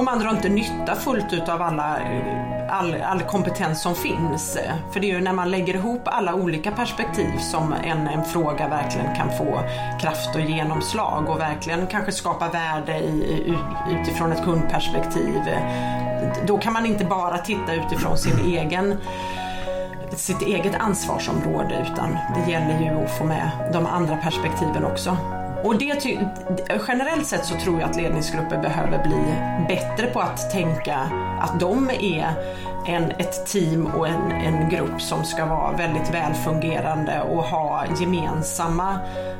Och man drar inte nytta fullt ut av all kompetens som finns. För det är ju när man lägger ihop alla olika perspektiv som en fråga verkligen kan få kraft och genomslag och verkligen kanske skapa värde utifrån ett kundperspektiv. Då kan man inte bara titta utifrån sitt eget ansvarsområde, utan det gäller ju att få med de andra perspektiven också. Och generellt sett så tror jag att ledningsgrupper behöver bli bättre på att tänka att de är ett team och en grupp som ska vara väldigt välfungerande och ha gemensamma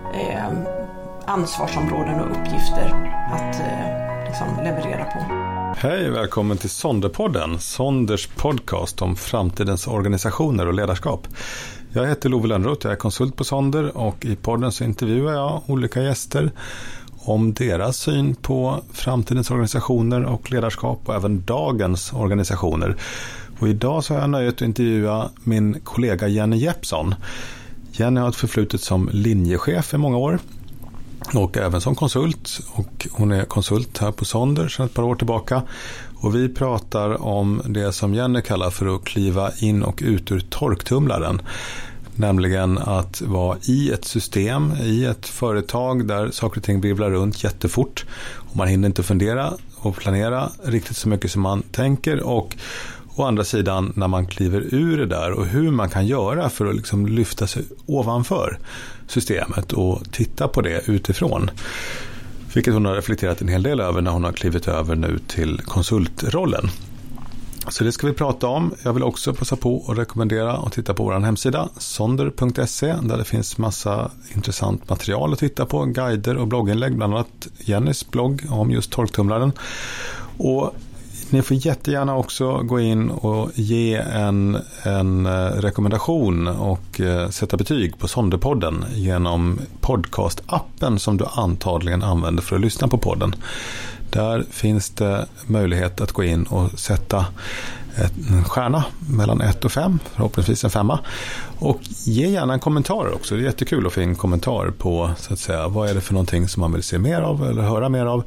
ansvarsområden och uppgifter att leverera på. Hej, välkommen till Sonderpodden, Sonders podcast om framtidens organisationer och ledarskap. Jag heter Love Lönnroth, jag är konsult på Sonder och i podden så intervjuar jag olika gäster om deras syn på framtidens organisationer och ledarskap och även dagens organisationer. Och idag så har jag nöjet att intervjua min kollega Jenny Jeppsson. Jenny har ett förflutet som linjechef i många år och även som konsult, och hon är konsult här på Sonder sedan ett par år tillbaka. Och vi pratar om det som Jenny kallar för att kliva in och ut ur torktumlaren. Nämligen att vara i ett system, i ett företag där saker och ting virvlar runt jättefort. Och man hinner inte fundera och planera riktigt så mycket som man tänker. Och å andra sidan när man kliver ur det där och hur man kan göra för att lyfta sig ovanför systemet och titta på det utifrån. Vilket hon har reflekterat en hel del över när hon har klivit över nu till konsultrollen. Så det ska vi prata om. Jag vill också passa på att rekommendera att titta på vår hemsida sonder.se där det finns massa intressant material att titta på, guider och blogginlägg, bland annat Jennys blogg om just torktumlaren. Och ni får jättegärna också gå in och ge en rekommendation och sätta betyg på Sonderpodden genom podcast-appen som du antagligen använder för att lyssna på podden. Där finns det möjlighet att gå in och sätta en stjärna mellan 1 och 5, förhoppningsvis en 5. Och ge gärna en kommentar också. Det är jättekul att få in en kommentar på så att säga, vad är det för någonting som man vill se mer av eller höra mer av.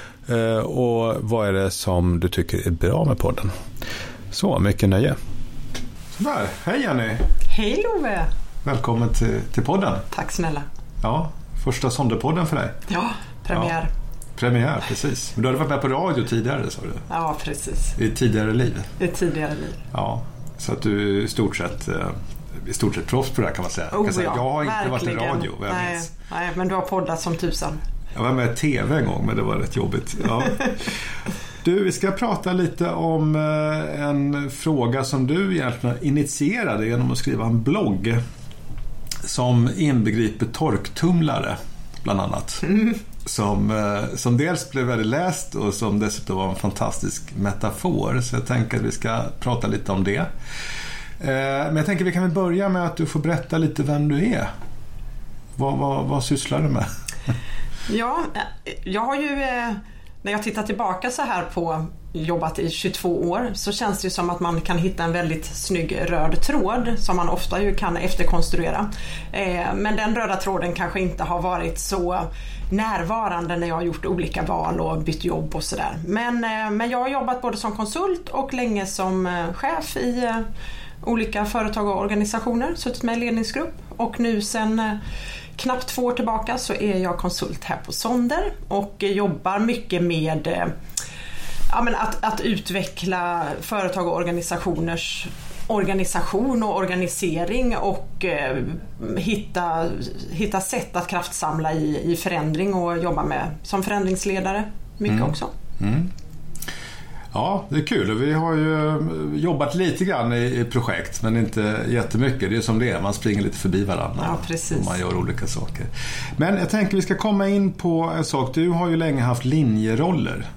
Och vad är det som du tycker är bra med podden. Så, mycket nöje. Sådär, hej Jenny. Hej Love. Välkommen till podden. Tack snälla. Ja, första Sonderpodden för dig. Ja, premiär. Ja, premiär, precis. Men du hade varit med på radio tidigare, sa du? Ja, precis. I tidigare liv? I tidigare liv. Ja, så att du i stort sett proffs på det här kan man säga. Jag har inte varit i radio. Nej, men du har poddat som tusan. Jag var med i tv en gång, men det var rätt jobbigt. Ja. Du, vi ska prata lite om en fråga som du egentligen initierade genom att skriva en blogg som inbegriper torktumlare, bland annat. Som dels blev väldigt läst och som dessutom var en fantastisk metafor. Så jag tänker att vi ska prata lite om det. Men jag tänker att vi kan väl börja med att du får berätta lite vem du är. Vad sysslar du med? Ja, jag har ju, när jag tittar tillbaka så här på jobbat i 22 år så känns det som att man kan hitta en väldigt snygg röd tråd som man ofta ju kan efterkonstruera. Men den röda tråden kanske inte har varit så närvarande när jag har gjort olika val och bytt jobb och sådär. Men jag har jobbat både som konsult och länge som chef i olika företag och organisationer, suttit med i ledningsgrupp, och nu sen knappt 2 år tillbaka så är jag konsult här på Sonder och jobbar mycket med att utveckla företag och organisationers organisation och organisering och hitta sätt att kraftsamla i förändring och jobba med som förändringsledare mycket också. Mm. Ja, det är kul. Vi har ju jobbat lite grann i projekt, men inte jättemycket. Det är som det är, man springer lite förbi varandra. Ja, precis. Och man gör olika saker. Men jag tänker vi ska komma in på en sak. Du har ju länge haft linjeroller.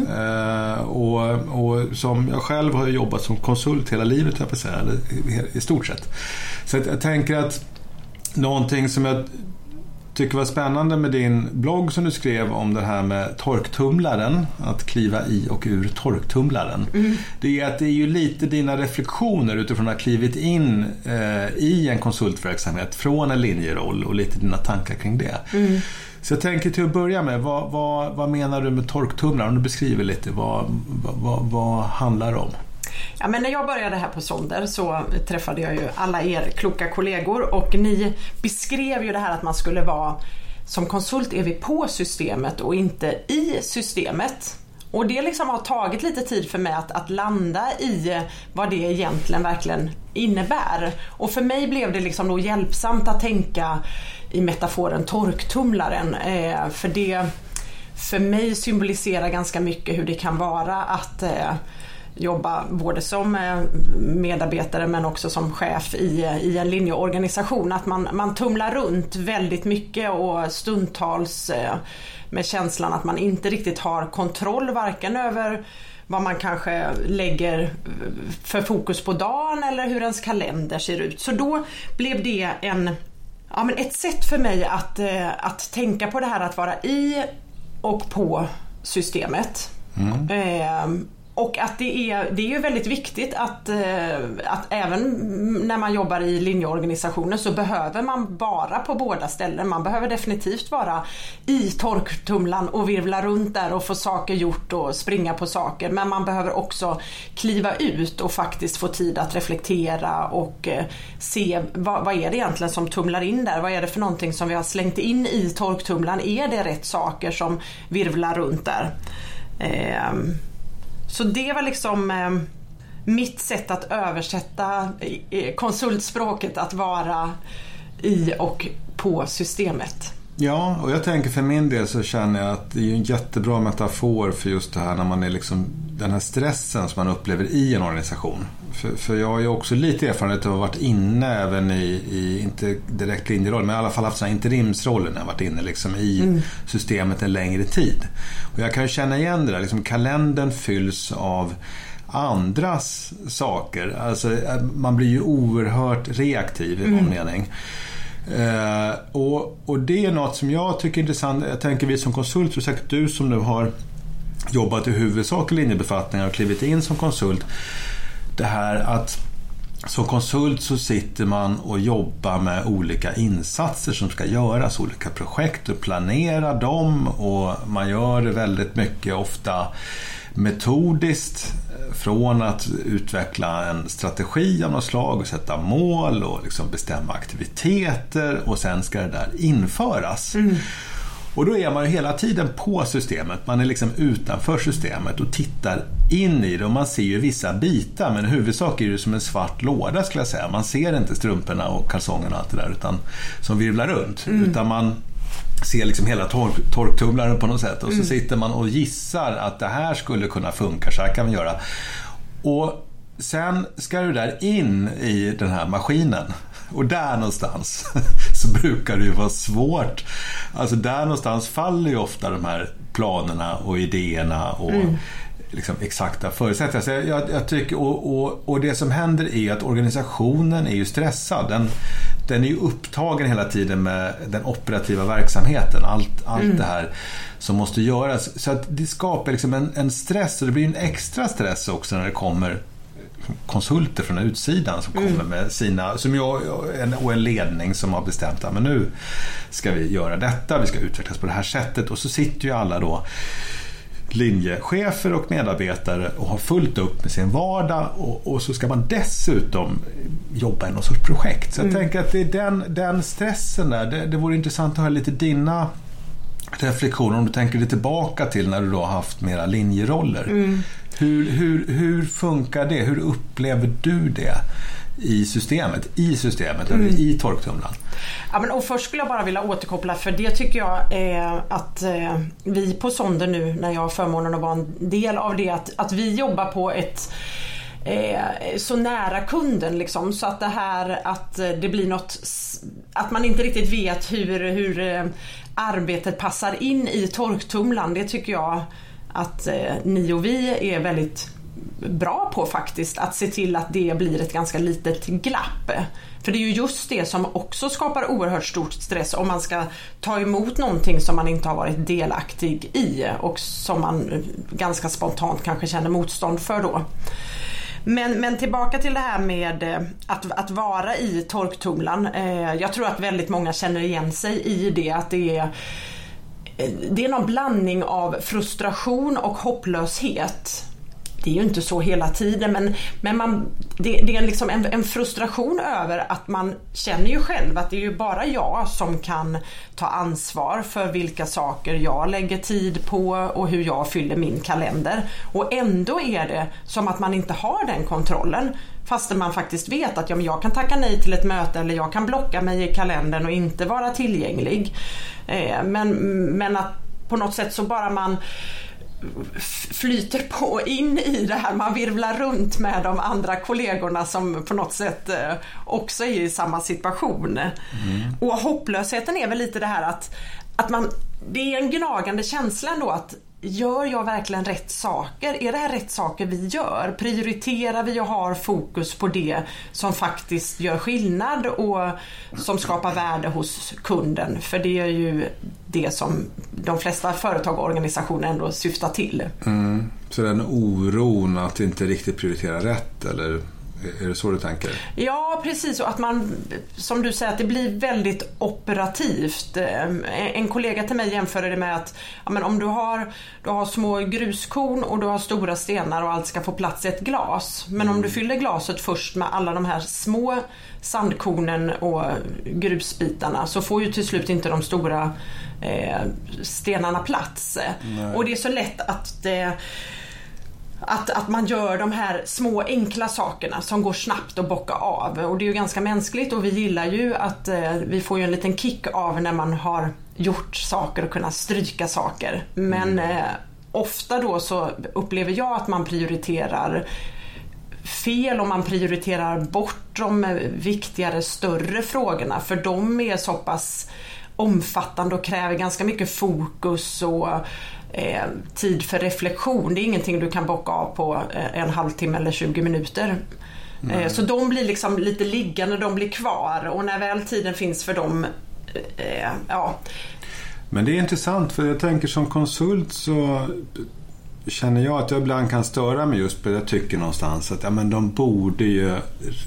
Och som jag själv har jobbat som konsult hela livet, jag får säga, i stort sett. Så jag tänker att någonting som jag tycker det var spännande med din blogg som du skrev om det här med torktumlaren, att kliva i och ur torktumlaren. Det är ju lite dina reflektioner utifrån att ha klivit in i en konsultverksamhet från en linjeroll och lite dina tankar kring det. Så jag tänker till att börja med, vad menar du med torktumlaren? Om du beskriver lite, vad handlar det om? Ja, men när jag började här på Sonder så träffade jag ju alla er kloka kollegor och ni beskrev ju det här att man skulle vara, som konsult är vi på systemet och inte i systemet. Och det liksom har tagit lite tid för mig att landa i vad det egentligen verkligen innebär. Och för mig blev det liksom då hjälpsamt att tänka i metaforen torktumlaren. För det för mig symboliserar ganska mycket hur det kan vara att jobba både som medarbetare men också som chef i en linjeorganisation. Att man tumlar runt väldigt mycket och stundtals med känslan att man inte riktigt har kontroll varken över vad man kanske lägger för fokus på dagen eller hur ens kalender ser ut. Så då blev det ett sätt för mig att tänka på det här att vara i och på systemet. Och att det är ju väldigt viktigt att även när man jobbar i linjeorganisationer så behöver man vara på båda ställen. Man behöver definitivt vara i torktumlan och virvla runt där och få saker gjort och springa på saker. Men man behöver också kliva ut och faktiskt få tid att reflektera och se vad är det egentligen som tumlar in där? Vad är det för någonting som vi har slängt in i torktumlan? Är det rätt saker som virvlar runt där? Så det var liksom mitt sätt att översätta konsultspråket, att vara i och på systemet. Ja, och jag tänker för min del så känner jag att det är en jättebra metafor för just det här när man är liksom den här stressen som man upplever i en organisation. För jag har ju också lite erfarenhet av att ha varit inne även i inte direkt linjeroll, men i alla fall haft såna interimsroller när jag varit inne liksom i systemet en längre tid. Och jag kan ju känna igen det där, liksom kalendern fylls av andras saker. Alltså man blir ju oerhört reaktiv i någon mening. Och det är något som jag tycker är intressant. Jag tänker vi som konsult, och säkert du som nu har jobbat i huvudsak i linjebefattningar och klivit in som konsult, det här att som konsult så sitter man och jobbar med olika insatser som ska göras, olika projekt och planera dem, och man gör det väldigt mycket ofta metodiskt, från att utveckla en strategi av något slag och sätta mål och liksom bestämma aktiviteter, och sen ska det där införas. Och då är man ju hela tiden på systemet. Man är liksom utanför systemet och tittar in i det, och man ser ju vissa bitar, men i huvudsak är det som en svart låda skulle jag säga. Man ser inte strumporna och kalsongerna och allt det där utan som virvlar runt, utan man ser liksom hela torktumlaren på något sätt, och så sitter man och gissar att det här skulle kunna funka, så här kan vi göra. Och sen ska du där in i den här maskinen, och där någonstans så brukar det ju vara svårt. Alltså där någonstans faller ju ofta de här planerna och idéerna och liksom exakta förutsättningar. Så jag tycker, och det som händer är att organisationen är ju stressad. Den är ju upptagen hela tiden med den operativa verksamheten. Allt det här som måste göras. Så att det skapar liksom en stress, och det blir en extra stress också när det kommer konsulter från utsidan som kommer med sina, och en ledning som har bestämt att men nu ska vi göra detta, vi ska utvecklas på det här sättet, och så sitter ju alla då linjechefer och medarbetare och har fullt upp med sin vardag, och så ska man dessutom jobba i något sorts projekt. Så jag tänker att det är den stressen där, det vore intressant att höra lite dina reflektioner om du tänker dig tillbaka till när du då har haft mera linjeroller. Hur funkar det? Hur upplever du det i systemet eller i torktumlan? Ja, men och först skulle jag bara vilja återkoppla, för det tycker jag att vi på Sonder nu, när jag har förmånen att vara en del av det, att vi jobbar på ett så nära kunden liksom, så att det här att det blir något, att man inte riktigt vet hur arbetet passar in i torktumlan, det tycker jag att ni och vi är väldigt bra på faktiskt, att se till att det blir ett ganska litet glapp. För det är ju just det som också skapar oerhört stort stress om man ska ta emot någonting som man inte har varit delaktig i och som man ganska spontant kanske känner motstånd för då. Men tillbaka till det här med att vara i torktumlaren. Jag tror att väldigt många känner igen sig i det, att det är någon blandning av frustration och hopplöshet. Det är ju inte så hela tiden, men det är liksom en frustration över att man känner ju själv att det är ju bara jag som kan ta ansvar för vilka saker jag lägger tid på och hur jag fyller min kalender. Och ändå är det som att man inte har den kontrollen, fastän man faktiskt vet att jag kan tacka nej till ett möte eller jag kan blocka mig i kalendern och inte vara tillgänglig. Men att på något sätt så bara man flyter på in i det här, man virvlar runt med de andra kollegorna som på något sätt också är i samma situation. Och hopplösheten är väl lite det här att man, det är en gnagande känsla ändå, att gör jag verkligen rätt saker? Är det här rätt saker vi gör? Prioriterar vi och har fokus på det som faktiskt gör skillnad och som skapar värde hos kunden? För det är ju det som de flesta företag och organisationer ändå syftar till. Så den oron att inte riktigt prioritera rätt, eller är det så du tänker? Ja, precis. Och att man, som du säger, att det blir väldigt operativt. En kollega till mig jämförde det med att om du har små gruskorn och du har stora stenar och allt ska få plats i ett glas. Men om du fyller glaset först med alla de här små sandkornen och grusbitarna, så får ju till slut inte de stora stenarna plats. Nej. Och det är så lätt att man gör de här små enkla sakerna som går snabbt att bocka av. Och det är ju ganska mänskligt, och vi gillar ju att vi får ju en liten kick av när man har gjort saker och kunnat stryka saker. Men ofta då så upplever jag att man prioriterar fel och man prioriterar bort de viktigare, större frågorna, för de är så pass omfattande och kräver ganska mycket fokus och tid för reflektion. Det är ingenting du kan bocka av på en halvtimme eller 20 minuter. Så de blir liksom lite liggande, de blir kvar, och när väl tiden finns för dem, Men det är intressant, för jag tänker som konsult så känner jag att jag ibland kan störa mig just på det. Jag tycker någonstans att de borde ju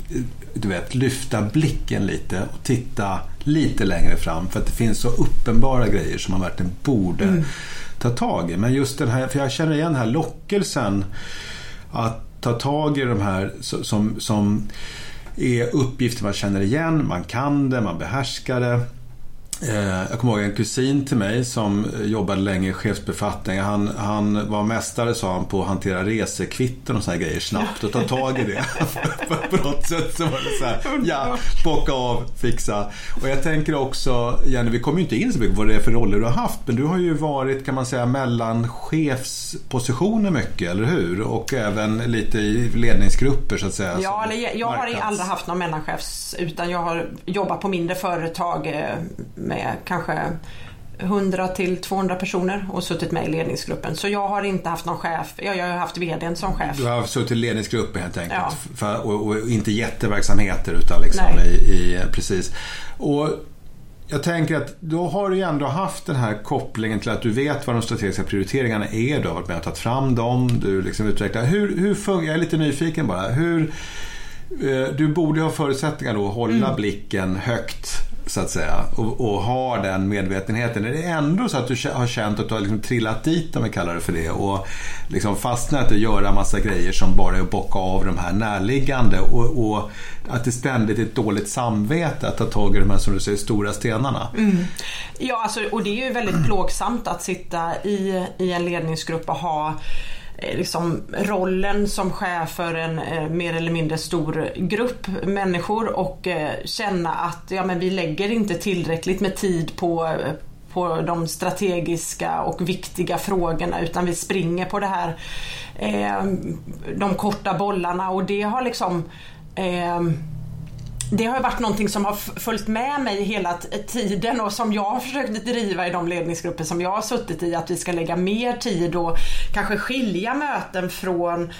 lyfta blicken lite och titta lite längre fram, för att det finns så uppenbara grejer som man verkligen borde ta tag i. Men just den här, för jag känner igen den här lockelsen att ta tag i de här som är uppgifter man känner igen, man kan det, man behärskar det. Jag kommer ihåg en kusin till mig som jobbade länge i chefsbefattning. Han var mästare, sa han, på att hantera resekvitten och såna här grejer snabbt och ta tag i det. På något sätt så var det så här, bocka av, fixa. Och jag tänker också, Jenny, vi kommer ju inte in så mycket vad det är för roller du har haft, men du har ju varit, kan man säga, mellan chefspositioner mycket, eller hur? Och även lite i ledningsgrupper, så att säga. Ja, eller jag har aldrig haft någon mellanchefs, utan jag har jobbat på mindre företag med kanske 100 till 200 personer och suttit med i ledningsgruppen. Så jag har inte haft någon chef. Jag har haft vdn som chef. Du har suttit i ledningsgruppen helt enkelt. Ja. Och inte jätteverksamheter, utan liksom precis. Och jag tänker att då har du ju ändå haft den här kopplingen till att du vet vad de strategiska prioriteringarna är. Du har varit med och tagit fram dem. Du liksom utvecklar. Hur funkar, jag är lite nyfiken bara. Du borde ha förutsättningar då att hålla blicken högt, så att säga, och ha den medvetenheten. Är det ändå så att du har känt att du har liksom trillat dit, om vi kallar det för det, och liksom fastnat och göra massa grejer som bara är att bocka av de här närliggande, och att det ständigt är ett dåligt samvete att ta tag i de här, som du säger, stora stenarna? Ja, alltså, och det är ju väldigt plågsamt att sitta i en ledningsgrupp och ha liksom rollen som chef för en mer eller mindre stor grupp människor och känna att vi lägger inte tillräckligt med tid på de strategiska och viktiga frågorna, utan vi springer på det här de korta bollarna, och det har liksom det har varit någonting som har följt med mig hela tiden, och som jag har försökt driva i de ledningsgrupper som jag har suttit i, att vi ska lägga mer tid och kanske skilja möten från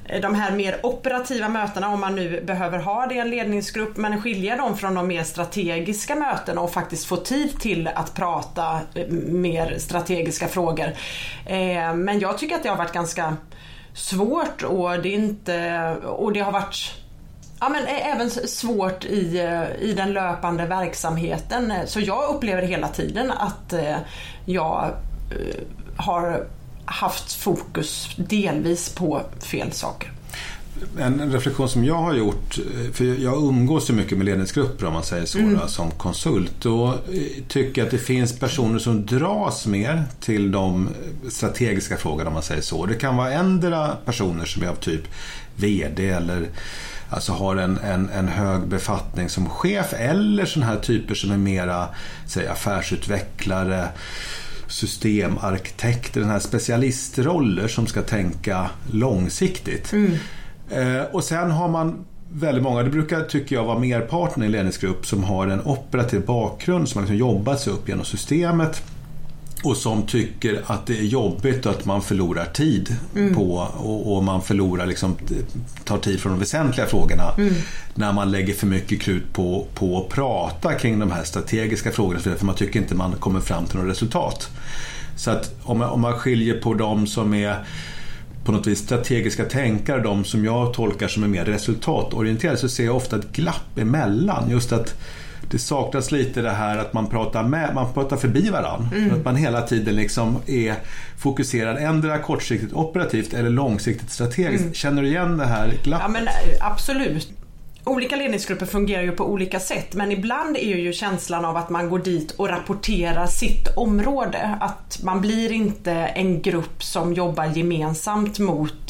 de här mer operativa mötena, om man nu behöver ha det i en ledningsgrupp, men skilja dem från de mer strategiska mötena och faktiskt få tid till att prata mer strategiska frågor. Men jag tycker att det har varit ganska svårt, och det har varit även svårt i den löpande verksamheten. Så jag upplever hela tiden att jag har haft fokus delvis på fel saker. En reflektion som jag har gjort, för jag umgås så mycket med ledningsgrupper om man säger så, som konsult, och tycker att det finns personer som dras mer till de strategiska frågorna om man säger så. Det kan vara ändra personer som är av typ vd eller alltså har en hög befattning som chef, eller sådana här typer som är mera affärsutvecklare, systemarkitekter, den här specialistroller som ska tänka långsiktigt. Och sen har man väldigt många, det brukar tycker jag vara merparten i en ledningsgrupp, som har en operativ bakgrund, som har liksom jobbat sig upp genom systemet och som tycker att det är jobbigt att man förlorar tid på och man förlorar tar tid från de väsentliga frågorna när man lägger för mycket krut på att prata kring de här strategiska frågorna, för man tycker inte man kommer fram till något resultat. Så att om man skiljer på de som är på något vis strategiska tänkare, de som jag tolkar som är mer resultatorienterade, så ser jag ofta ett glapp emellan, just att det saknas lite det här att man pratar förbi varandra. Att man hela tiden är fokuserad ändra kortsiktigt operativt eller långsiktigt strategiskt. Känner du igen det här glappet? Ja, men absolut. Olika ledningsgrupper fungerar ju på olika sätt, men ibland är ju känslan av att man går dit och rapporterar sitt område. Att man blir inte en grupp som jobbar gemensamt mot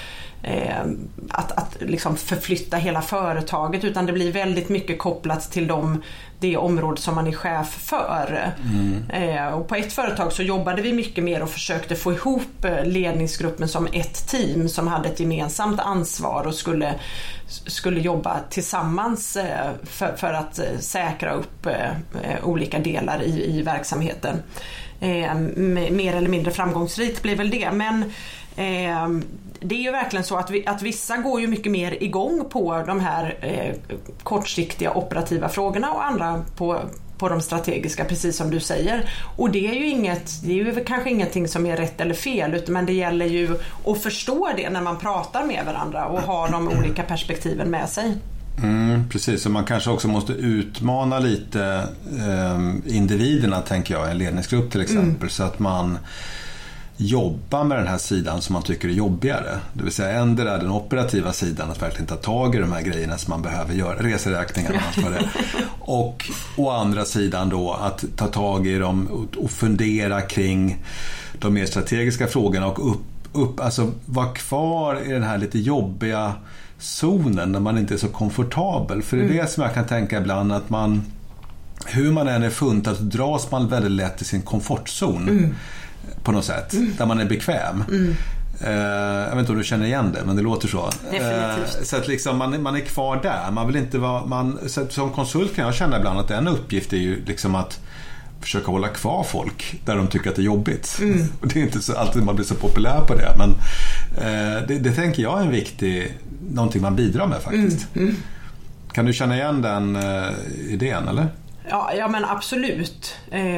att förflytta hela företaget, utan det blir väldigt mycket kopplat till det område som man är chef för. Och på ett företag så jobbade vi mycket mer och försökte få ihop ledningsgruppen som ett team som hade ett gemensamt ansvar och skulle jobba tillsammans för att säkra upp olika delar i verksamheten. Mer eller mindre framgångsrikt blir väl det, men det är ju verkligen så att vissa går ju mycket mer igång på de här kortsiktiga operativa frågorna och andra på de strategiska, precis som du säger. Och det är ju kanske ingenting som är rätt eller fel, men det gäller ju att förstå det när man pratar med varandra och ha de olika perspektiven med sig. Precis, så man kanske också måste utmana lite individerna, tänker jag, i en ledningsgrupp till exempel, så att man jobba med den här sidan som man tycker är jobbigare. Det vill säga ändra den operativa sidan, att verkligen ta tag i de här grejerna som man behöver göra, reseräkningarna för det. Och å andra sidan då att ta tag i dem och fundera kring de mer strategiska frågorna och alltså vara kvar i den här lite jobbiga zonen när man inte är så komfortabel. För det är det som jag kan tänka ibland, att hur man än är funtad så dras man väldigt lätt i sin komfortzon på något sätt, där man är bekväm. Jag vet inte om du känner igen det, men det låter så. Så att man är kvar där. Man vill inte vara, så som konsult kan jag känna ibland att en uppgift är ju att försöka hålla kvar folk där de tycker att det är jobbigt. Och det är inte så alltid man blir så populär på det, men det tänker jag är en viktig, någonting man bidrar med faktiskt. Kan du känna igen den idén, eller? Ja, men absolut.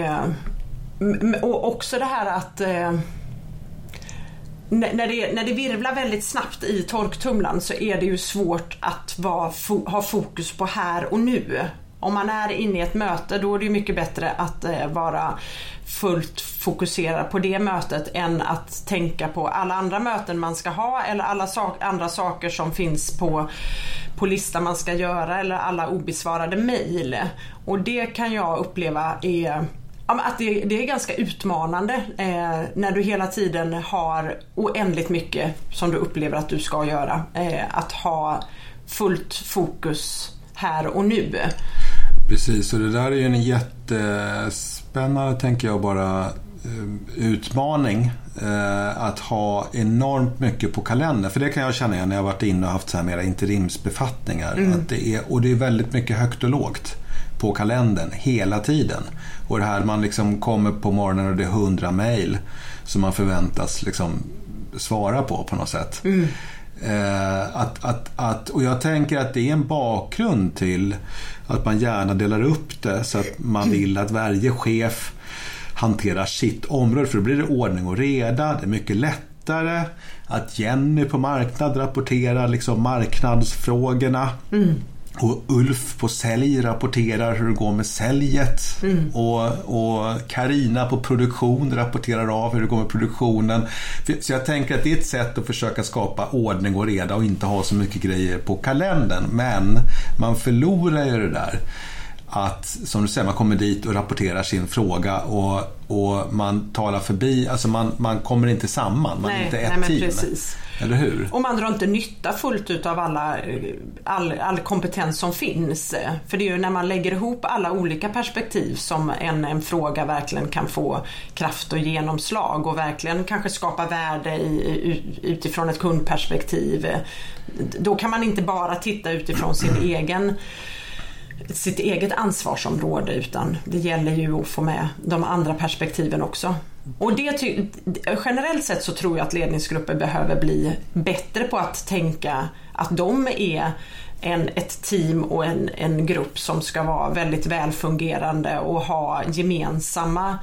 Och också det här att när det virvlar väldigt snabbt i torktumlan så är det ju svårt att ha fokus på här och nu. Om man är inne i ett möte, då är det ju mycket bättre att vara fullt fokuserad på det mötet än att tänka på alla andra möten man ska ha eller alla andra saker som finns på listan man ska göra eller alla obesvarade mejl. Och det kan jag uppleva att det är ganska utmanande när du hela tiden har oändligt mycket som du upplever att du ska göra. Att ha fullt fokus här och nu. Precis, och det där är ju en jättespännande, tänker jag, bara utmaning att ha enormt mycket på kalendern. För det kan jag känna igen när jag har varit inne och haft så här mera interimsbefattningar. Att det är väldigt mycket högt och lågt på kalendern hela tiden. Och det här man kommer på morgonen och det är 100 mejl som man förväntas svara på något sätt. Och jag tänker att det är en bakgrund till att man gärna delar upp det så att man vill att varje chef hanterar sitt område, för då blir det ordning och reda. Det är mycket lättare att Jenny på marknad rapporterar liksom marknadsfrågorna. Och Ulf på sälj rapporterar hur det går med säljet. Och Carina på produktion rapporterar av hur det går med produktionen. Så jag tänker att det är ett sätt att försöka skapa ordning och reda och inte ha så mycket grejer på kalendern. Men man förlorar ju det där att, som du säger, man kommer dit och rapporterar sin fråga och man talar förbi, alltså man kommer inte samman, man är inte ett team. Precis. Eller hur? Och man drar inte nytta fullt ut av all kompetens som finns. För det är ju när man lägger ihop alla olika perspektiv som en fråga verkligen kan få kraft och genomslag och verkligen kanske skapa värde utifrån ett kundperspektiv. Då kan man inte bara titta utifrån sitt eget ansvarsområde, utan det gäller ju att få med de andra perspektiven också. Och generellt sett så tror jag att ledningsgrupper behöver bli bättre på att tänka att de är ett team och en grupp som ska vara väldigt välfungerande och ha gemensamma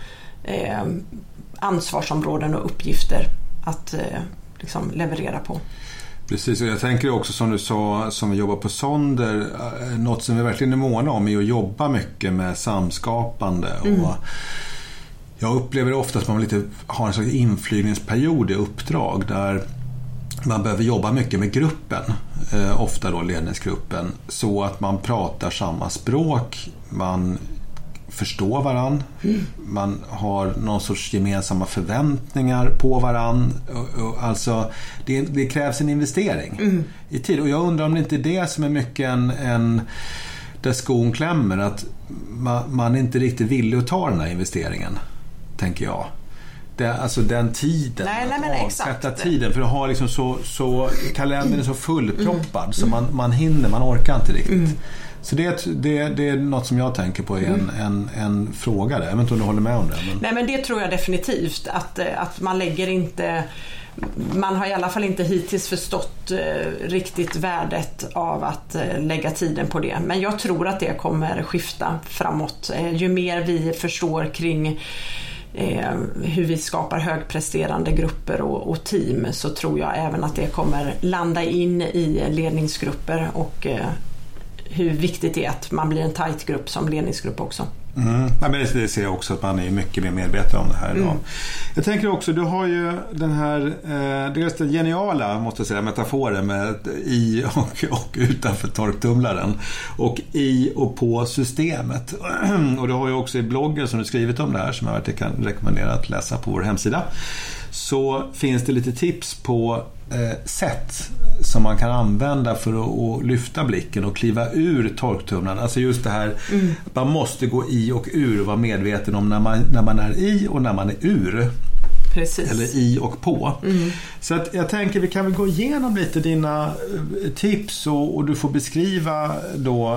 ansvarsområden och uppgifter att liksom leverera på. Precis, och jag tänker också som du sa, som vi jobbar på Sonder, något som vi verkligen är måna om är att jobba mycket med samskapande. Och jag upplever ofta att man har en slags inflygningsperiod i uppdrag där man behöver jobba mycket med gruppen, ofta då ledningsgruppen, så att man pratar samma språk, man förstår varann, man har någon sorts gemensamma förväntningar på varann. Alltså det krävs en investering i tid, och jag undrar om det inte är det som är mycket en där skon klämmer, att man inte riktigt vill att ta den här investeringen, tänker jag. Alltså den tiden, att avsätta tiden, för att ha liksom så kalendern är så fullproppad så man orkar inte riktigt. Så det är något som jag tänker på är en fråga där. Jag vet inte om du håller med om det. Men... Nej, men det tror jag definitivt, att man lägger inte, man har i alla fall inte hittills förstått riktigt värdet av att lägga tiden på det. Men jag tror att det kommer skifta framåt. Ju mer vi förstår kring hur vi skapar högpresterande grupper och team, så tror jag även att det kommer landa in i ledningsgrupper och hur viktigt det är att man blir en tight grupp som ledningsgrupp också. Ja, men det ser jag också, att man är mycket mer medveten om det här idag. Jag tänker också, du har ju den här dels den geniala, måste jag säga, metaforen med i och utanför torktumlaren och i och på systemet. Och du har ju också i bloggen som du skrivit om det här, som jag kan rekommendera att läsa på vår hemsida, så finns det lite tips på sätt som man kan använda för att lyfta blicken och kliva ur torktumlaren. Alltså just det här, man måste gå i och ur och vara medveten om när man är i och när man är ur. Precis. Eller i och på. Så att jag tänker, vi kan väl gå igenom lite dina tips och du får beskriva då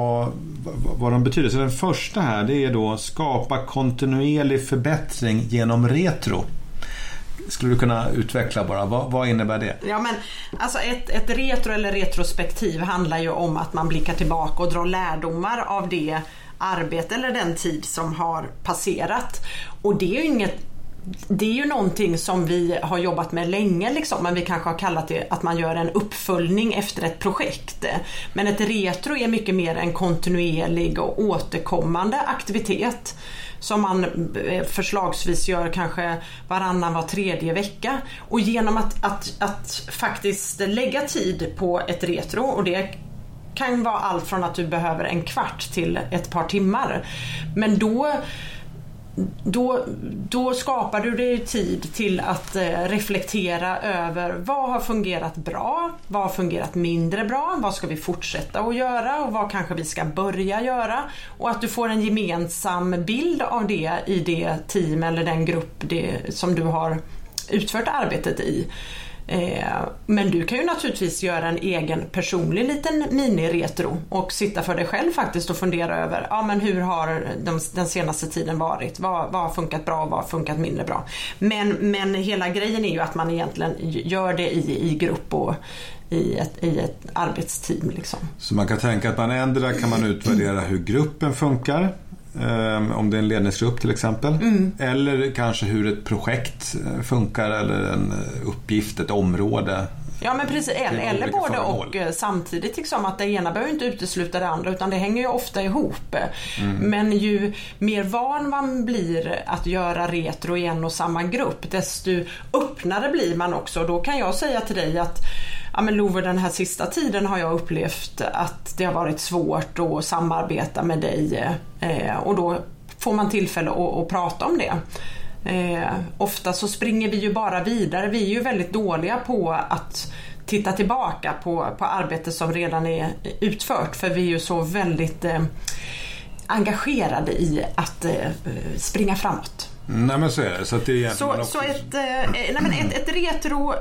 vad de betyder. Så den första här, det är då skapa kontinuerlig förbättring genom retro. Skulle du kunna utveckla bara? Vad innebär det? Ja, men alltså ett retro eller retrospektiv handlar ju om att man blickar tillbaka och drar lärdomar av det arbete eller den tid som har passerat. Och det är ju någonting som vi har jobbat med länge liksom, men vi kanske har kallat det att man gör en uppföljning efter ett projekt. Men ett retro är mycket mer en kontinuerlig och återkommande aktivitet som man förslagsvis gör kanske var tredje vecka. Och genom att faktiskt lägga tid på ett retro, och det kan vara allt från att du behöver en kvart till ett par timmar, men då skapar du dig tid till att reflektera över vad har fungerat bra, vad har fungerat mindre bra, vad ska vi fortsätta att göra och vad kanske vi ska börja göra, och att du får en gemensam bild av det i det team eller den grupp som du har utfört arbetet i. Men du kan ju naturligtvis göra en egen personlig liten mini-retro och sitta för dig själv faktiskt och fundera över men hur har den senaste tiden varit? Vad har funkat bra och vad har funkat mindre bra? Men hela grejen är ju att man egentligen gör det i grupp och i ett arbetsteam. Liksom. Så man kan tänka att man kan man utvärdera hur gruppen funkar. Om det är en ledningsgrupp till exempel. Eller kanske hur ett projekt funkar eller en uppgift, ett område. Ja men precis, eller både och samtidigt liksom, att det ena behöver inte utesluta det andra utan det hänger ju ofta ihop. Men ju mer van man blir att göra retro i en och samma grupp, desto öppnare blir man också. Då kan jag säga till dig att men Love, den här sista tiden har jag upplevt att det har varit svårt att samarbeta med dig och då får man tillfälle att prata om det. Ofta så springer vi ju bara vidare. Vi är ju väldigt dåliga på att titta tillbaka på arbete som redan är utfört, för vi är ju så väldigt engagerade i att springa framåt. Nej men så är det. Så att det är så ett retro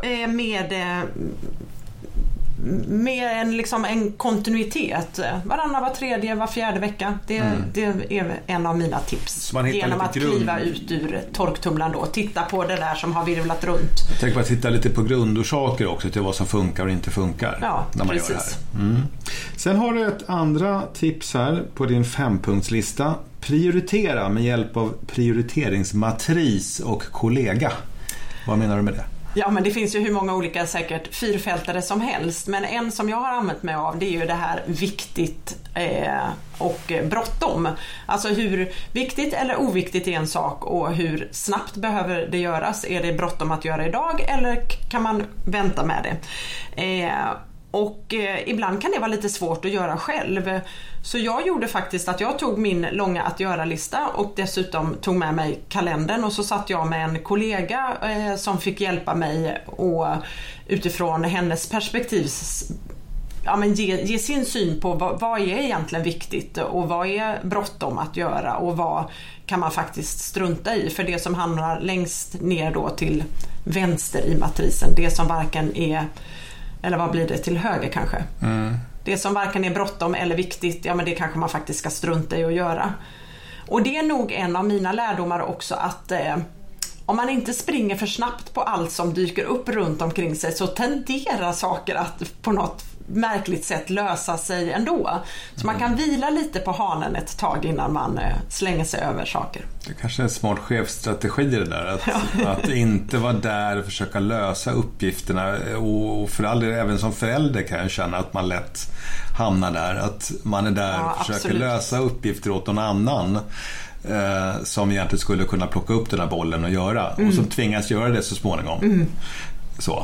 med en kontinuitet varannan, var tredje, var fjärde vecka. Det är en av mina tips. Genom att kliva ut ur torktumlaren då. Titta på det där som har virvlat runt. Jag tänker på att titta lite på grundorsaker också till vad som funkar och inte funkar. Ja, när man precis. Gör det här. Sen har du ett andra tips här på din 5-punktslista. Prioritera med hjälp av prioriteringsmatris och kollega. Vad menar du med det? Ja, men det finns ju hur många olika säkert fyrfältare som helst. Men en som jag har använt mig av, det är ju det här viktigt och bråttom. Alltså hur viktigt eller oviktigt är en sak och hur snabbt behöver det göras. Är det bråttom att göra idag eller kan man vänta med det? Och ibland kan det vara lite svårt att göra själv. Så jag gjorde faktiskt att jag tog min långa att göra-lista och dessutom tog med mig kalendern och så satt jag med en kollega som fick hjälpa mig och utifrån hennes perspektiv ge sin syn på vad är egentligen viktigt och vad är bråttom att göra och vad kan man faktiskt strunta i. För det som hamnar längst ner då till vänster i matrisen, det som varken är, eller vad blir det, till höger kanske. Det som varken är bråttom eller viktigt, men det kanske man faktiskt ska strunta i att göra. Och det är nog en av mina lärdomar också, att om man inte springer för snabbt på allt som dyker upp runt omkring sig så tenderar saker att på något märkligt sätt lösa sig ändå. Så man kan vila lite på hanen ett tag innan man slänger sig över saker. Det kanske är en smart chefsstrategi det där. Att inte vara där och försöka lösa uppgifterna. Och för all del, även som förälder kan jag känna att man lätt hamnar där. Att man är där och försöker lösa uppgifter åt någon annan. Som egentligen skulle kunna plocka upp den här bollen och göra. Och som tvingas göra det så småningom. Så.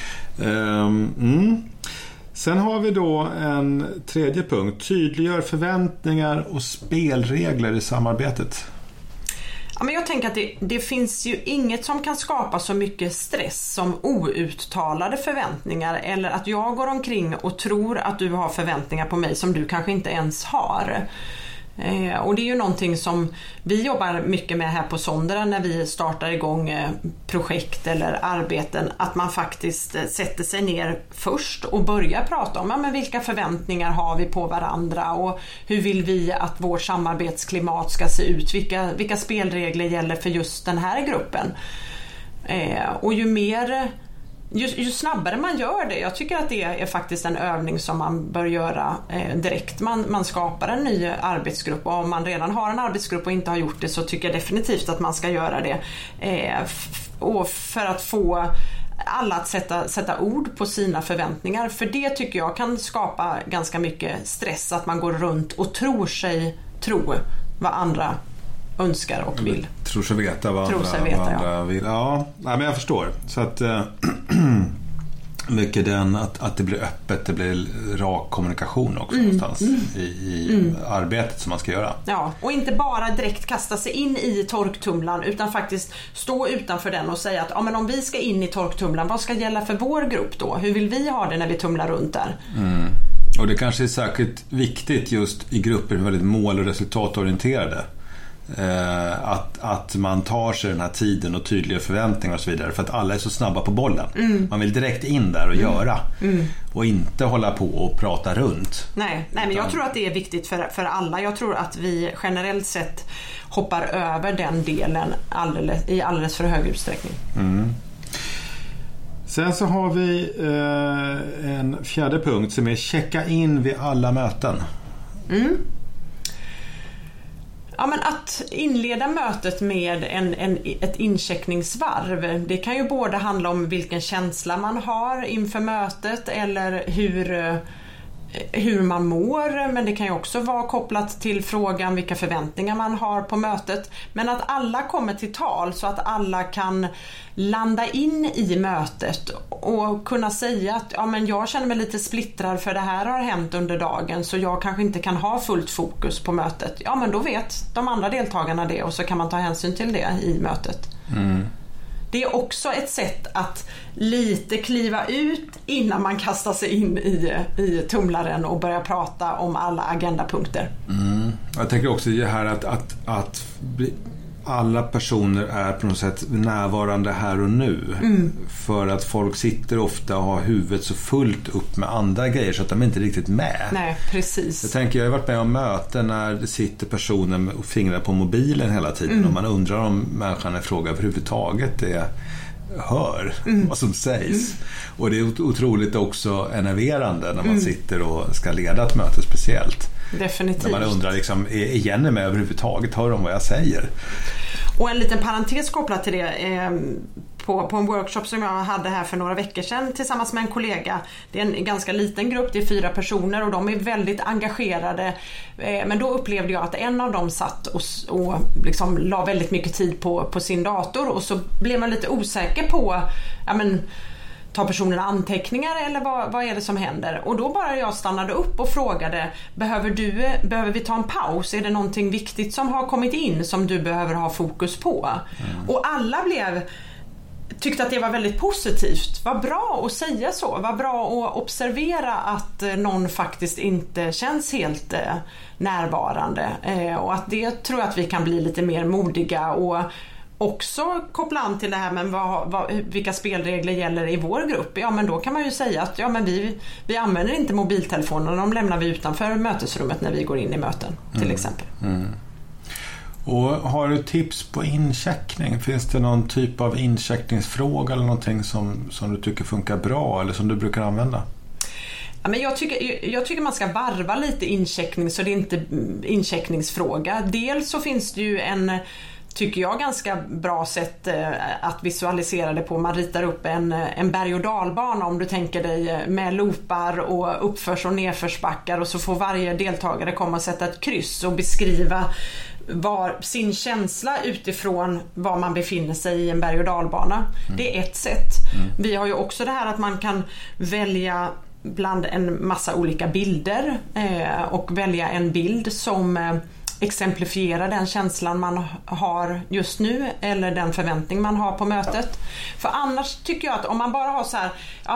Sen har vi då en tredje punkt. Tydliggör förväntningar och spelregler i samarbetet. Ja, men jag tänker att det finns ju inget som kan skapa så mycket stress som outtalade förväntningar, eller att jag går omkring och tror att du har förväntningar på mig som du kanske inte ens har. Och det är ju någonting som vi jobbar mycket med här på Sonder när vi startar igång projekt eller arbeten, att man faktiskt sätter sig ner först och börjar prata om men vilka förväntningar har vi på varandra och hur vill vi att vårt samarbetsklimat ska se ut, vilka spelregler gäller för just den här gruppen. Och ju snabbare man gör det, jag tycker att det är faktiskt en övning som man bör göra direkt. Man skapar en ny arbetsgrupp, och om man redan har en arbetsgrupp och inte har gjort det så tycker jag definitivt att man ska göra det. Och för att få alla att sätta ord på sina förväntningar, för det tycker jag kan skapa ganska mycket stress, att man går runt och tror vad andra önskar och vill. Tror sig veta vad andra vill. Ja, men jag förstår. Så att mycket att det blir öppet, det blir rak kommunikation också någonstans i arbetet som man ska göra. Ja, och inte bara direkt kasta sig in i torktumlaren, utan faktiskt stå utanför den och säga att men om vi ska in i torktumlaren, vad ska gälla för vår grupp då? Hur vill vi ha det när vi tumlar runt där? Och det kanske är särskilt viktigt just i grupper som är väldigt mål- och resultatorienterade. Att man tar sig den här tiden och tydliga förväntningar och så vidare, för att alla är så snabba på bollen. Man vill direkt in där och göra och inte hålla på och prata runt. Nej, men jag tror att det är viktigt för alla. Jag tror att vi generellt sett hoppar över den delen i alldeles för hög utsträckning. Sen så har vi en fjärde punkt som är checka in vid alla möten. Ja, men att inleda mötet med ett incheckningsvarv, det kan ju både handla om vilken känsla man har inför mötet eller hur man mår, men det kan ju också vara kopplat till frågan vilka förväntningar man har på mötet. Men att alla kommer till tal så att alla kan landa in i mötet och kunna säga att ja, men jag känner mig lite splittrad för det här har hänt under dagen så jag kanske inte kan ha fullt fokus på mötet. Ja, men då vet de andra deltagarna det och så kan man ta hänsyn till det i mötet. Det är också ett sätt att lite kliva ut innan man kastar sig in i tumlaren och börjar prata om alla agendapunkter. Jag tänker också det här att alla personer är på något sätt närvarande här och nu. För att folk sitter ofta och har huvudet så fullt upp med andra grejer så att de inte är riktigt med. Nej, precis. Jag tänker, jag har varit med om möten när det sitter personer och fingrar på mobilen hela tiden och man undrar om människan i fråga överhuvudtaget hör vad som sägs. Och det är otroligt också enerverande när man sitter och ska leda ett möte speciellt. Definitivt. När man undrar liksom, är Jenny med överhuvudtaget? Hör de vad jag säger? Och en liten parentes kopplat till det på en workshop som jag hade här för några veckor sedan tillsammans med en kollega. Det är en ganska liten grupp, det är 4 personer och de är väldigt engagerade. Men då upplevde jag att en av dem satt och liksom la väldigt mycket tid på sin dator och så blev man lite osäker på tar personen anteckningar eller vad är det som händer? Och då bara jag stannade upp och frågade, behöver vi ta en paus? Är det någonting viktigt som har kommit in som du behöver ha fokus på? Och alla tyckte att det var väldigt positivt. Vad bra att säga så. Vad bra att observera att någon faktiskt inte känns helt närvarande. Och att det tror jag att vi kan bli lite mer modiga och också koppla an till det här med vilka spelregler gäller i vår grupp. Ja, men då kan man ju säga att vi använder inte mobiltelefoner, de lämnar vi utanför mötesrummet när vi går in i möten till exempel. Och har du tips på incheckning? Finns det någon typ av incheckningsfråga eller någonting som du tycker funkar bra eller som du brukar använda? Ja, men jag tycker man ska varva lite incheckning så det är inte incheckningsfråga. Dels så finns det ju tycker jag ganska bra sätt att visualisera det på. Man ritar upp en berg- och dalbana om du tänker dig med loopar och uppförs- och nedförsbackar och så får varje deltagare komma och sätta ett kryss och beskriva sin känsla utifrån var man befinner sig i en berg- och dalbana. Det är ett sätt. Vi har ju också det här att man kan välja bland en massa olika bilder och välja en bild som exemplifiera den känslan man har just nu eller den förväntning man har på mötet. För annars tycker jag att om man bara har så här,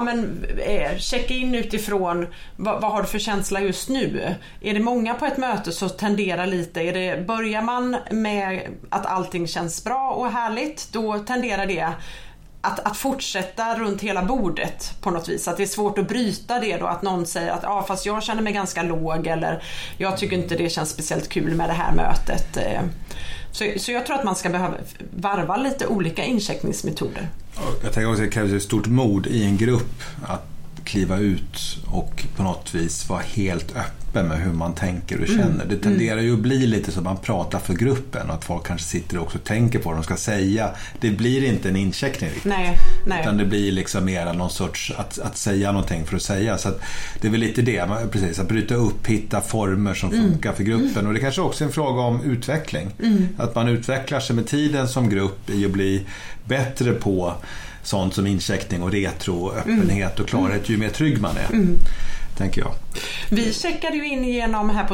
checka in utifrån vad har du för känsla just nu? Är det många på ett möte så tenderar lite, börjar man med att allting känns bra och härligt, då tenderar det att fortsätta runt hela bordet på något vis. Att det är svårt att bryta det då, att någon säger att fast jag känner mig ganska låg eller jag tycker inte det känns speciellt kul med det här mötet. Så jag tror att man ska behöva varva lite olika incheckningsmetoder. Jag tänker också att det krävs ett stort mod i en grupp att kliva ut och på något vis vara helt öppen med hur man tänker och känner. Det tenderar ju att bli lite så att man pratar för gruppen och att folk kanske sitter och också tänker på vad de ska säga. Det blir inte en incheckning riktigt. Nej. Utan det blir liksom mer någon sorts att säga någonting för att säga. Så att det är väl lite det, precis, att bryta upp, hitta former som funkar för gruppen. Och det kanske också är en fråga om utveckling. Att man utvecklar sig med tiden som grupp i att bli bättre på sånt som incheckning och retro, öppenhet och klarhet ju mer trygg man är, tänker jag. Vi checkade ju in genom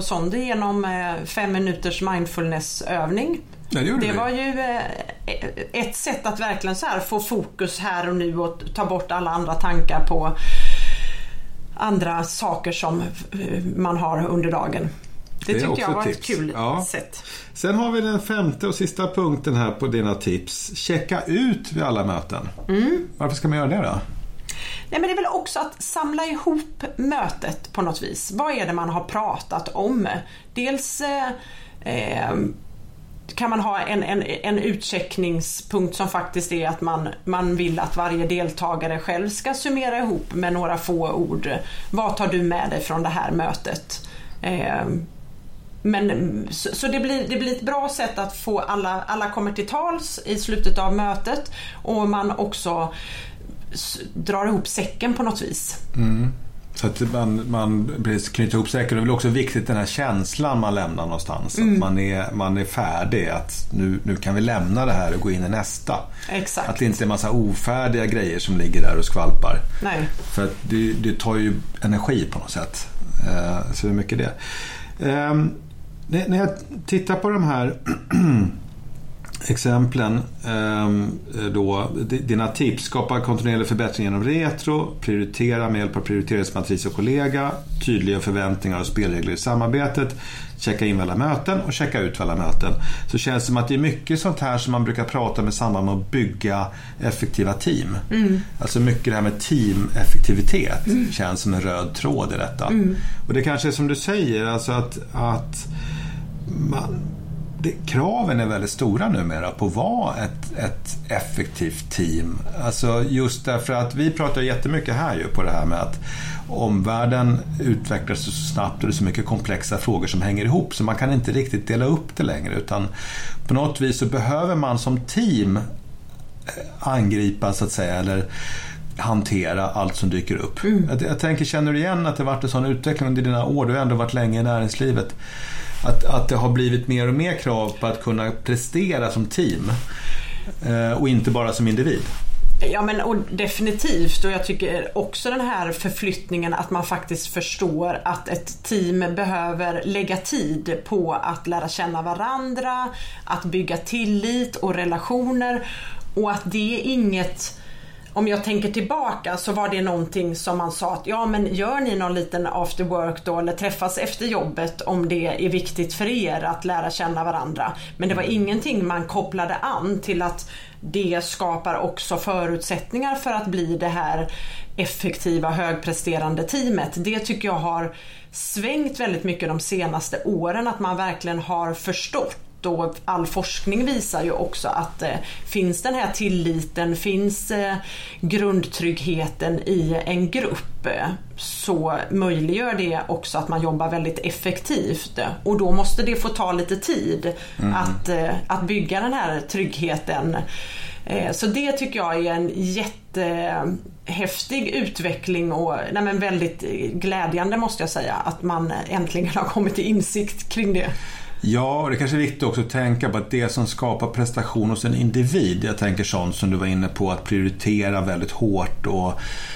5 minuters mindfulnessövning. Ja, det var ju ett sätt att verkligen så här få fokus här och nu och ta bort alla andra tankar på andra saker som man har under dagen. Det tyckte jag var ett kul sätt. Sen har vi den 5:e och sista punkten här på dina tips. Checka ut vid alla möten. Varför ska man göra det då? Nej, men det är väl också att samla ihop mötet på något vis. Vad är det man har pratat om? Dels kan man ha en utcheckningspunkt som faktiskt är att man vill att varje deltagare själv ska summera ihop med några få ord. Vad tar du med dig från det här mötet? Så det blir ett bra sätt att få alla kommer till tals i slutet av mötet, och man också drar ihop säcken på något vis. Så att man knyter ihop säcken. Det är väl också viktigt den här känslan man lämnar någonstans. Att man är färdig. Att nu kan vi lämna det här och gå in i nästa. Exakt. Att det inte är en massa ofärdiga grejer som ligger där och skvalpar. Nej. För att det tar ju energi på något sätt. Så det är mycket det. När jag tittar på de här exemplen då, dina tips: skapa kontinuerlig förbättring genom retro, prioritera med hjälp av prioriteringsmatris och kollega, tydliga förväntningar och spelregler i samarbetet, checka in alla möten och checka ut alla möten. Så känns det som att det är mycket sånt här som man brukar prata med samband med att bygga effektiva team. Alltså mycket det här med teameffektivitet känns som en röd tråd i detta. Och det kanske är som du säger, alltså att kraven är väldigt stora numera på att vara ett effektivt team. Alltså just därför att vi pratar jättemycket här ju på det här med att omvärlden utvecklas så snabbt och det är så mycket komplexa frågor som hänger ihop, så man kan inte riktigt dela upp det längre, utan på något vis så behöver man som team angripa så att säga, eller hantera allt som dyker upp. Jag tänker, känner du igen att det varit en sån utveckling under dina år? Du har ändå varit länge i näringslivet. Att det har blivit mer och mer krav på att kunna prestera som team och inte bara som individ. Ja, men och definitivt, och jag tycker också den här förflyttningen att man faktiskt förstår att ett team behöver lägga tid på att lära känna varandra, att bygga tillit och relationer, och att det är inget. Om jag tänker tillbaka så var det någonting som man sa att ja, men gör ni någon liten after work då, eller träffas efter jobbet om det är viktigt för er att lära känna varandra. Men det var ingenting man kopplade an till att det skapar också förutsättningar för att bli det här effektiva, högpresterande teamet. Det tycker jag har svängt väldigt mycket de senaste åren, att man verkligen har förstått. Och all forskning visar ju också att finns den här tilliten, finns grundtryggheten i en grupp, så möjliggör det också att man jobbar väldigt effektivt, och då måste det få ta lite tid att bygga den här tryggheten. Så det tycker jag är en jättehäftig utveckling, och väldigt glädjande måste jag säga, att man äntligen har kommit till insikt kring det. Ja, och det kanske är viktigt också att tänka på att det som skapar prestation hos en individ, jag tänker sånt som du var inne på, att prioritera väldigt hårt och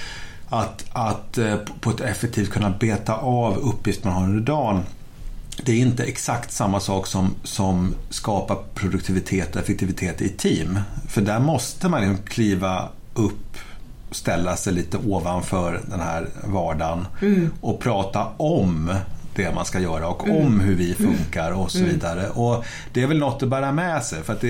att på ett effektivt kunna beta av uppgift man har under dagen. Det är inte exakt samma sak som skapar produktivitet och effektivitet i team. För där måste man kliva upp, ställa sig lite ovanför den här vardagen och prata om det man ska göra och om hur vi funkar och så vidare. Och det är väl något att bära med sig, för att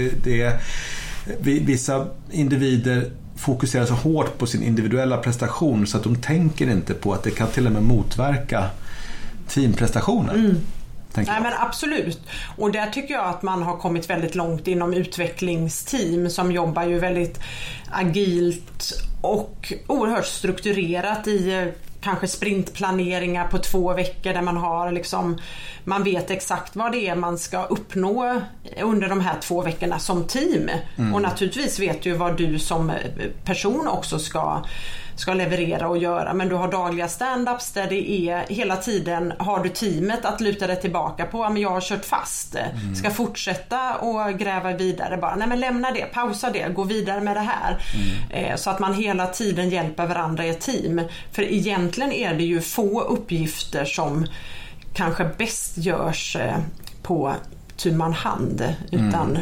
vissa individer fokuserar så hårt på sin individuella prestation så att de tänker inte på att det kan till och med motverka teamprestationer. Nej, men absolut. Och där tycker jag att man har kommit väldigt långt inom utvecklingsteam som jobbar ju väldigt agilt och oerhört strukturerat i kanske sprintplaneringar på 2 veckor, där man har man vet exakt vad det är man ska uppnå under de här 2 veckorna som team. Och naturligtvis vet du vad du som person också ska leverera och göra, men du har dagliga stand-ups där det är hela tiden, har du teamet att luta dig tillbaka på, men jag har kört fast, ska fortsätta och gräva vidare bara, nej men lämna det, pausa det, gå vidare med det här, så att man hela tiden hjälper varandra i ett team. För egentligen är det ju få uppgifter som kanske bäst görs på tu man hand, utan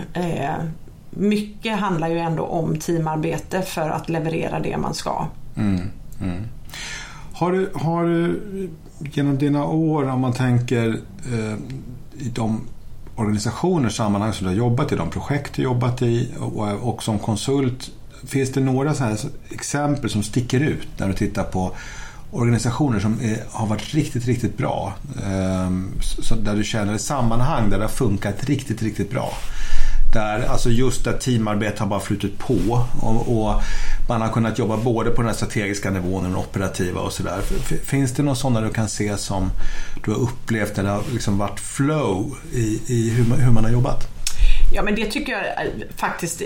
mycket handlar ju ändå om teamarbete för att leverera det man ska. Har du genom dina år, om man tänker i de organisationer, sammanhang som du har jobbat i, de projekt du har jobbat i och som konsult, finns det några så här exempel som sticker ut när du tittar på organisationer som har varit riktigt, riktigt bra, så där du känner ett sammanhang där det har funkat riktigt, riktigt bra, där, alltså just där teamarbete har bara flutit på och man har kunnat jobba både på den här strategiska nivån och den operativa och sådär. Finns det någon sådana du kan se som du har upplevt där det har liksom varit flow i hur man har jobbat? Ja, men det tycker jag faktiskt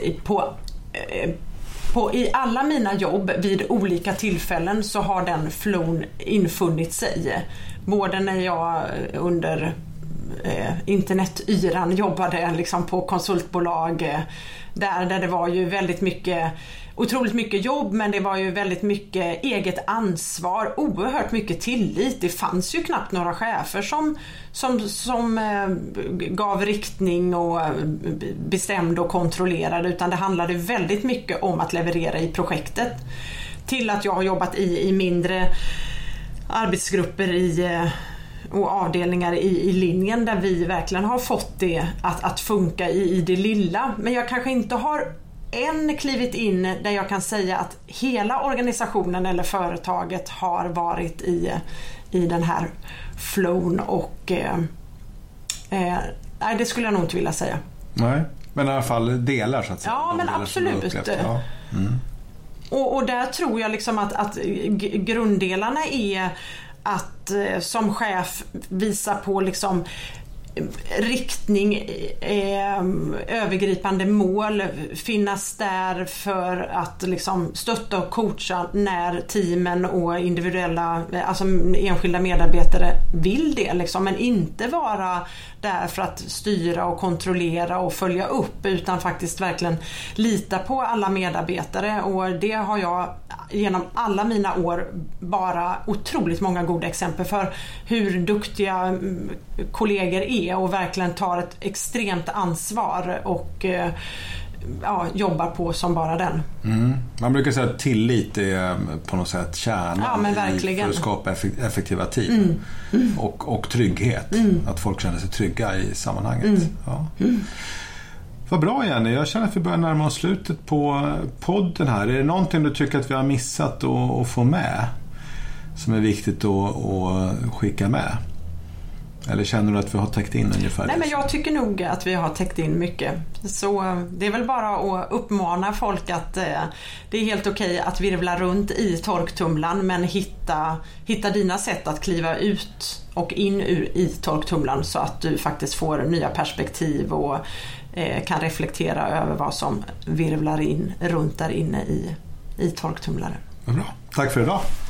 i alla mina jobb vid olika tillfällen så har den flown infunnit sig. Både när jag under internetyran jobbade liksom på konsultbolag där det var ju väldigt mycket, otroligt mycket jobb, men det var ju väldigt mycket eget ansvar, oerhört mycket tillit. Det fanns ju knappt några chefer som gav riktning och bestämde och kontrollerade, utan det handlade väldigt mycket om att leverera i projektet. Till att jag har jobbat i mindre arbetsgrupper och avdelningar i linjen där vi verkligen har fått det att funka i det lilla. Men jag kanske inte har klivit in där jag kan säga att hela organisationen eller företaget har varit i den här flown och nej, det skulle jag nog inte vilja säga. Nej, men i alla fall delar så att säga. Ja, men absolut. Ja. Mm. Och där tror jag liksom att grunddelarna är att som chef visa på liksom riktning, övergripande mål, finnas där för att liksom stötta och coacha när teamen och individuella, alltså enskilda medarbetare vill det liksom, men inte vara där för att styra och kontrollera och följa upp, utan faktiskt verkligen lita på alla medarbetare. Och det har jag genom alla mina år bara otroligt många goda exempel för hur duktiga kollegor är och verkligen tar ett extremt ansvar och jobbar på som bara den. Mm. Man brukar säga att tillit är på något sätt kärnan för att skapa effektiva team. Och trygghet. Att folk känner sig trygga i sammanhanget. Ja. Vad bra, Jenny. Jag känner att vi börjar närma oss slutet på podden här. Är det någonting du tycker att vi har missat att få med som är viktigt att skicka med? Eller känner du att vi har täckt in ungefär? Nej, men jag tycker nog att vi har täckt in mycket. Så det är väl bara att uppmana folk att det är helt okej att virvla runt i torktumlaren, men hitta dina sätt att kliva ut och in i torktumlaren så att du faktiskt får nya perspektiv och kan reflektera över vad som virvlar in runt där inne i torktumlaren. Bra. Tack för idag.